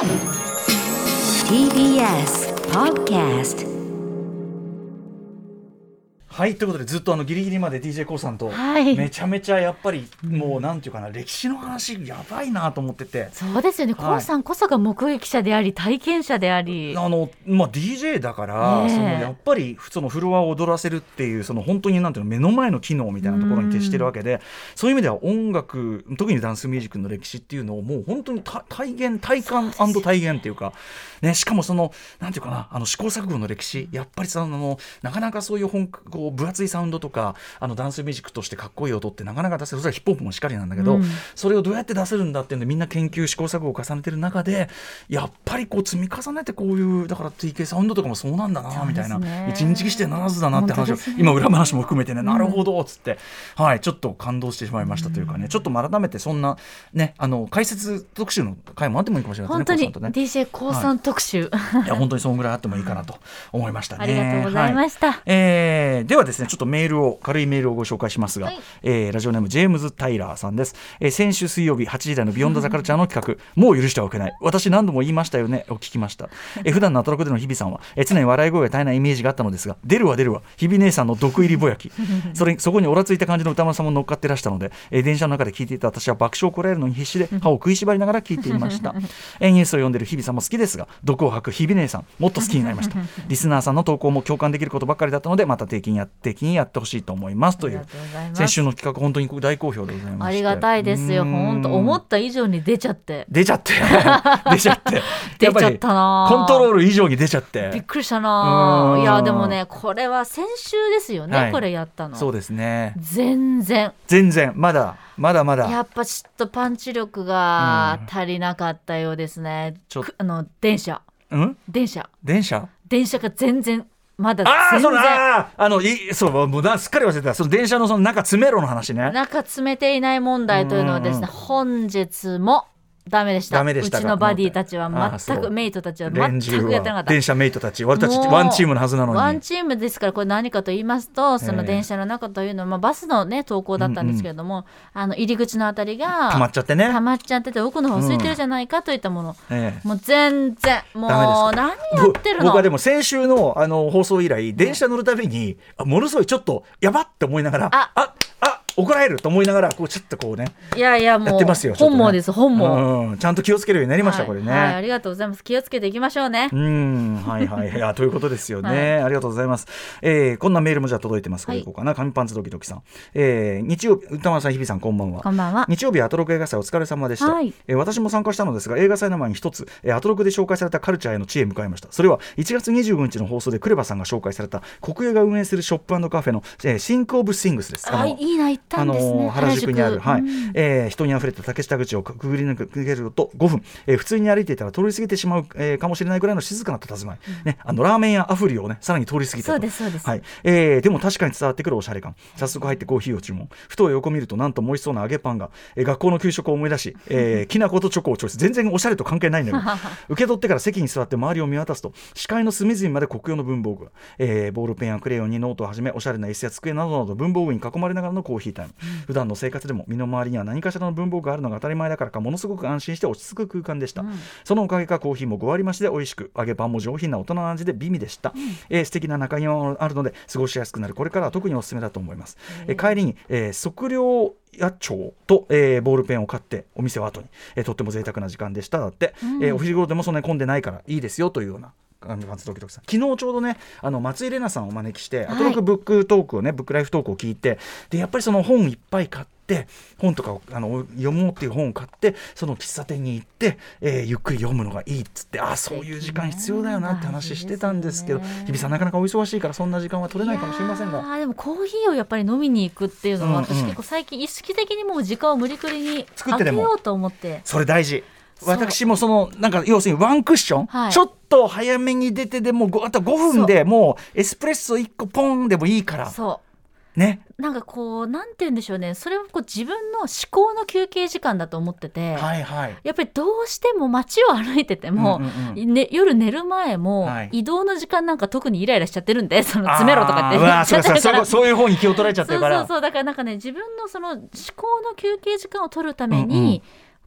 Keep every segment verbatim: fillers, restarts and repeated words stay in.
ティービーエス Podcast。 はい、ということでずっとあのギリギリまで ディージェー コウさんとめちゃめちゃやっぱりもうなんていうかな、歴史の話やばいなと思ってて。 そうですよね、コウさんこそが目撃者であり体験者であり、 あの、まあ、ディージェー だから、 ね、 そのやっぱりそのフロアを踊らせるっていうその本当になんていうの目の前の機能みたいなところに徹してるわけで、そういう意味では音楽、特にダンスミュージックの歴史っていうのをもう本当に体現体感&体現っていうか、ね、しかもそのなんていうかな、あの試行錯誤の歴史、やっぱりさ、あのなかなかそういう本こう分厚いサウンドとかあのダンスミュージックとしてかっこいい音ってなかなか出せる。それはヒップホップもしっかりなんだけど、うん、それをどうやって出せるんだっていうんでみんな研究試行錯誤を重ねてる中で、やっぱりこう積み重ねてこういうだから ティーケー サウンドとかもそうなんだなみたいな、一日してならずだなって話を、ね、今裏話も含めてね、なるほどっつって、うん、はい、ちょっと感動してしまいましたというかね、うん、ちょっと改めてそんなね、あの解説特集の回もあってもいいかもしれないですね。 本当に ディージェー コウさん特集、 はい、いや本当にそのぐらいあってもいいかなと思いましたね。 ありがとうございました、 はい、えー、ではですね、ちょっとメールを軽いメールをご紹介しますが、はい、えー、ラジオネームジェームズ・タイラーさんです。えー、先週水曜日はちじ台のビヨンドザカルチャーの企画、もう許してはおけない、私何度も言いましたよねを聞きました。えー、普段のアトロクでの日々さんは、えー、常に笑い声が絶えないイメージがあったのですが、出るわ出るわ日々姉さんの毒入りぼやきそれそこにオラついた感じの歌丸さんも乗っかってらしたので、えー、電車の中で聞いていた私は爆笑をこらえるのに必死で歯を食いしばりながら聞いていましたえー、ニュースを読んでる日々さんも好きですが、毒を吐く日々姉さんもっと好きになりましたリスナーさんの投稿も共感できることばっかりだったので、また定期にや定期にやってほしいと思いますという、先週の企画本当に大好評でございまして、 ありがたいですよ。本当思った以上に出ちゃって出ちゃって出ちゃって出ちゃったな、 コントロール以上に出ちゃってびっくりしたな。いやでもね、これは先週ですよね、はい、これやったの。 そうですね、 全然全然まだまだまだやっぱちょっとパンチ力が足りなかったようですね、うん、あの電車、うん、電車電車電車が全然まだあ全然ああのいそうもうすっかり忘れてた。その電車のその中詰めろの話ね。 中詰めていない問題というのはですね、本日もダメでした。 ダメでしたうちのバディたちは全く、メイトたちは全くやってなかった。 電車メイトたち、俺たちワンチームのはずなのに。 ワンチームですから、これ何かと言いますと、その電車の中というのは、まあ、バスのね投稿だったんですけれども、うんうん、あの入り口のあたりが溜まっちゃってね溜まっちゃってて奥の方空いてるじゃないかといったもの、うんええ、もう全然もう何やってるの。 僕はでも先週 の, あの放送以来電車乗るたびに、うん、ものすごいちょっとやばって思いながらあああ怒られると思いながらこうちょっとこうねいやいやもうやってますよ、 本望です本望、 うん、ちゃんと気をつけるようになりました、はい、これね、 はい、ありがとうございます。気をつけていきましょうね。 うんはいはいいやということですよね、はい、ありがとうございます。えー、こんなメールもじゃあ届いてます。これいこうかな、紙パンツドキドキさん、えー、日曜日歌丸さん日比さんこんばんは。 こんばんは。 日曜日アトロク映画祭お疲れ様でした、はい。えー、私も参加したのですが映画祭の前に一つ、えー、アトロクで紹介されたカルチャーへの知恵へ向かいました。それはいちがつにじゅうごにちの放送でクレバさんが紹介された国営が運営するショップ&カフェの、えー、シンクオブスイングスです。 ああいいな、行ったんですね、 あのー、原宿にある、はい、うん、えー、人にあふれた竹下口をくぐり抜けるとごふん、えー、普通に歩いていたら通り過ぎてしまう、えー、かもしれないぐらいの静かな佇まい、うんね、あのラーメンやアフリをねさらに通り過ぎたと。 そうですそうです、 はい、えー、でも確かに伝わってくるおしゃれ感。早速入ってコーヒーを注文。ふと横見るとなんとも美味しそうな揚げパンが、えー、学校の給食を思い出し、えー、きな粉とチョコをチョイス。全然おしゃれと関係ないんだけど受け取ってから席に座って周りを見渡すと視界の隅々まで国用の文房具が、えー、ボールペンやクレヨンにノートをはじめおしゃれな椅子や机などなど文房具に囲まれながらのコーヒータイム、うん、普段の生活でも身の回りには何かしらの文房具があるのが当たり前だからかものすごく安心して落ち着く空間でした、うん、そのおかげかコーヒーもご割増しで美味しく揚げパンも上品な大人の味で美味でした、うん、えー、素敵な中庭もあるので過ごしやすくなるこれからは特におすすめだと思います、えー、帰りに、えー、測量野鳥と、えー、ボールペンを買ってお店を後に、えー、とっても贅沢な時間でしただって、うん、えー、お昼頃でもそんなに混んでないからいいですよというようなあのドキドキさん、昨日ちょうどねあの松井玲奈さんをお招きして、はい、アトロクブックトークをねブックライフトークを聞いて、でやっぱりその本いっぱい買って本とかをあの読もうっていう本を買ってその喫茶店に行って、えー、ゆっくり読むのがいいっつって、あそういう時間必要だよなって話してたんですけど、日比さんなかなかお忙しいからそんな時間は取れないかもしれませんが、 いやでもコーヒーをやっぱり飲みに行くっていうのは、うんうん、私結構最近意識的にもう時間を無理くりに空けようと思って、 それ大事。私もそのなんか要するにワンクッション、はい、ちょっと早めに出てでもあとごふんでもうエスプレッソいっこポンでもいいから、 そうね、 なんかこうなんて言うんでしょうね、それをこう自分の思考の休憩時間だと思ってて、 はいはい、 やっぱりどうしても街を歩いてても、うんうんうんね、夜寝る前も、はい、移動の時間なんか特にイライラしちゃってるんで、その詰めろとかって言っちゃってるから、 そういう方に気を取られちゃってるから、 そうそうそう、だからなんかね自分のその思考の休憩時間を取るために、うんうん、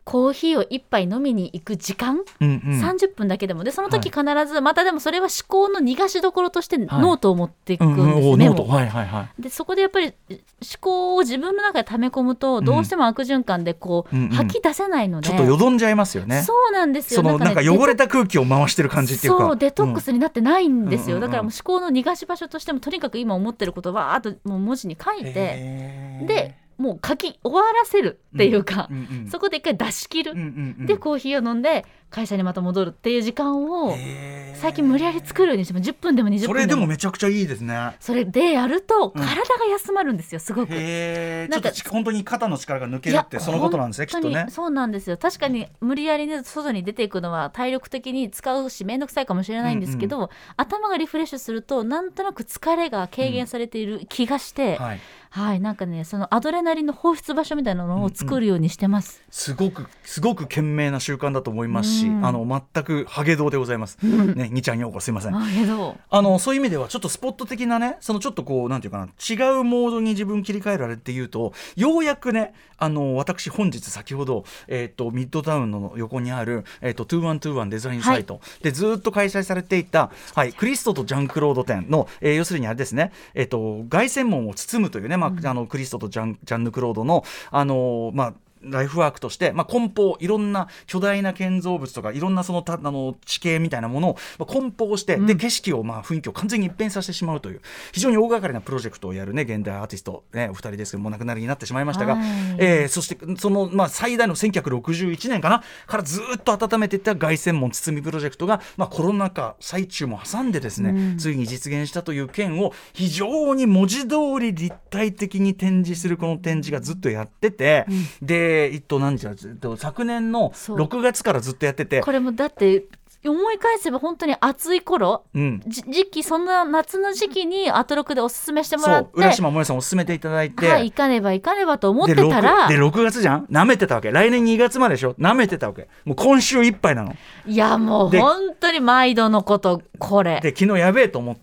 コーヒーを一杯飲みに行く時間、うんうん、さんじゅっぷんだけでもでその時必ずまたでもそれは思考の逃がしどころとしてノートを持っていくんです、はいうんうん、メモ、はいはいはい、でそこでやっぱり思考を自分の中で溜め込むとどうしても悪循環でこう、うんうん、吐き出せないので、 ちょっとよどんじゃいますよね。 そうなんですよ。 そのなんか汚れた空気を回してる感じっていうか、 そうデトックスになってないんですよ、うん、だからもう思考の逃がし場所としてもとにかく今思ってることはあともう文字に書いてでもう書き終わらせるっていうか、うんうんうん、そこで一回出し切る、うんうんうん、でコーヒーを飲んで会社にまた戻るっていう時間を最近無理やり作るようにしてもじゅっぷんでもにじゅっぷんでもそれでもめちゃくちゃいいですね。 それでやると体が休まるんですよ、すごく。 へなんかちょっと本当に肩の力が抜けるってそのことなんですね、きっとね。 そうなんですよ。確かに無理やり、ね、外に出ていくのは体力的に使うし面倒くさいかもしれないんですけど、うんうん、頭がリフレッシュするとなんとなく疲れが軽減されている気がして、うんはいはい、なんかねそのアドレナリンの放出場所みたいなのを作るようにしてます、 うんうん、すごくすごく賢明な習慣だと思いますし、うん、あの全くハゲ道でございます、うんね、にちゃんようこすいません。 ハゲ道あのそういう意味ではちょっとスポット的なねそのちょっとこうなんていうかな違うモードに自分切り替えられっていうとようやくねあの私本日先ほど、えー、とミッドタウンの横にある、えー、とにせんにじゅういちデザインサイト、はい、でずっと開催されていた、はい、クリストとジャンクロード店の、えー、要するにあれですね、えー、と凱旋門を包むというね、まあうん、あのクリストとジャン、ジャンヌクロードの、あのーまあライフワークとして、まあ、梱包いろんな巨大な建造物とかいろんなそのたあの地形みたいなものを、まあ、梱包して、うん、で景色を、まあ、雰囲気を完全に一変させてしまうという非常に大掛かりなプロジェクトをやるね現代アーティスト、ね、お二人ですけどもお亡くなりになってしまいましたが、えー、そしてその、まあ、最大のせんきゅうひゃくろくじゅういちねんかなからずっと温めていった凱旋門包みプロジェクトが、まあ、コロナ禍最中も挟んでですね、うん、ついに実現したという件を非常に文字通り立体的に展示するこの展示がずっとやってて、うん、で一等何時だ昨年のろくがつからずっとやっててこれもだって思い返せば本当に暑い頃、うん、時期そんな夏の時期にアトロクでおすすめしてもらって浦島もえさんおすすめていただいて、 はい、行かねば行かねばと思ってたらで 6, でろくがつじゃんなめてたわけ来年にがつまででしょなめてたわけもう今週いっぱいなの。 いやもう本当に毎度のことこれで昨日やべえと思って、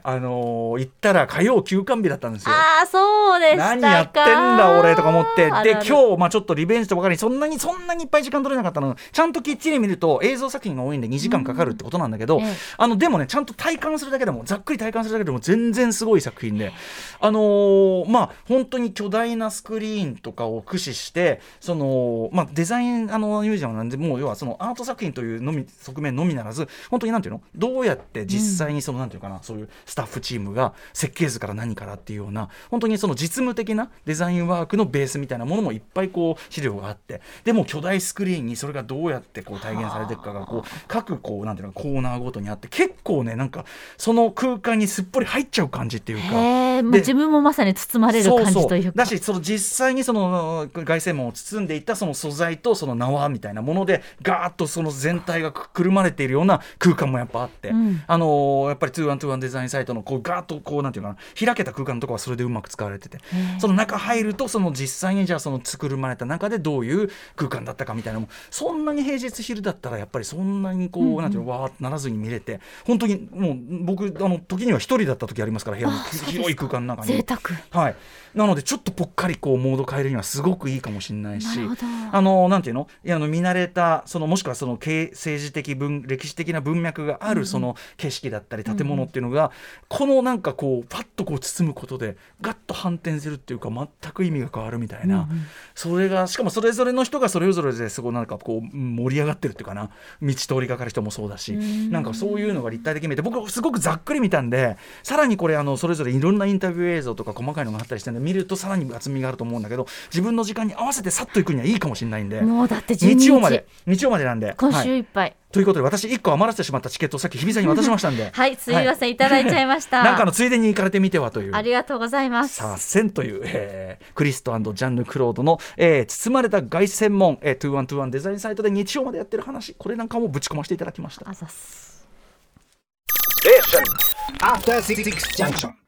うんあのー、行ったら火曜休館日だったんですよ。 ああそうでしたか。 何やってんだ俺とか思ってで今日、まあ、ちょっとリベンジとばかりにそんなにそんなにいっぱい時間取れなかったのちゃんときっちり見ると映像作品が多いんでにじかんかかるってことなんだけど、うんええ、あのでもねちゃんと体感するだけでもざっくり体感するだけでも全然すごい作品であのー、まあ本当に巨大なスクリーンとかを駆使してその、まあ、デザインあのミュージアムなんでもう要はそのアート作品というのみ側面のみならず本当になんていうのどうやって実際にその、うん、なんていうかなそういうスタッフチームが設計図から何からっていうような本当にその実務的なデザインワークのベースみたいなものもいっぱいこう資料があってでも巨大スクリーンにそれがどうやってこう体現されていくかがこう各こうなんていうのコーナーごとにあって結構ねなんかその空間にすっぽり入っちゃう感じっていうかへもう自分もまさに包まれる感じというかそうそうだしその実際にその凱旋門を包んでいったその素材とその縄みたいなものでガーッとその全体がくるまれているような空間もやっぱあって、うん、あのー、やっぱりにせんにじゅういちデザインサイトのこうガーッとこうなんていうかな開けた空間のところはそれでうまく使われててその中入るとその実際にじゃあその作るまれた中でどういう空間だったかみたいなのもそんなに平日昼だったらやっぱりそんなにこう、うんうん、なんていうのわーってならずに見れて本当にもう僕あの時には一人だった時ありますから部屋の広い空間の中に贅沢、 はい、なのでちょっとぽっかりこうモード変えるにはすごくいいかもしれないしあのなんていうのいやあの見慣れたそのもしくはその政治的文歴史的な文脈があるその景色だったり建物っていうのが、うん、このなんかこうパッとこう包むことでガッと反転するっていうか全く意味が変わるみたいな、うんうん、それがしかもそれぞれの人がそれぞれですごいなんかこう盛り上がってるっていうかな道通りかかる人もそうだし、うん、なんかそういうのが立体的に見えて僕すごくざっくり見たんでさらにこれあのそれぞれいろんなインタビュー映像とか細かいのがあったりしてんで見るとさらに厚みがあると思うんだけど自分の時間に合わせてさっと行くにはいいかもしれないんでもうだってじゅうににち日曜まで日曜までなんで今週いっぱい、はいということで私いっこ余らせてしまったチケットをさっき日比さんに渡しましたんではいすいません、はい、いただいちゃいましたなんかのついでに行かれてみてはというありがとうございますさあせんという、えー、クリスト&ジャンヌ・クロードの、えー、包まれた凱旋門、えー、にせんにじゅういちデザインサイトで日曜までやってる話これなんかもぶち込ませていただきました。 あざっす。 After Six Junction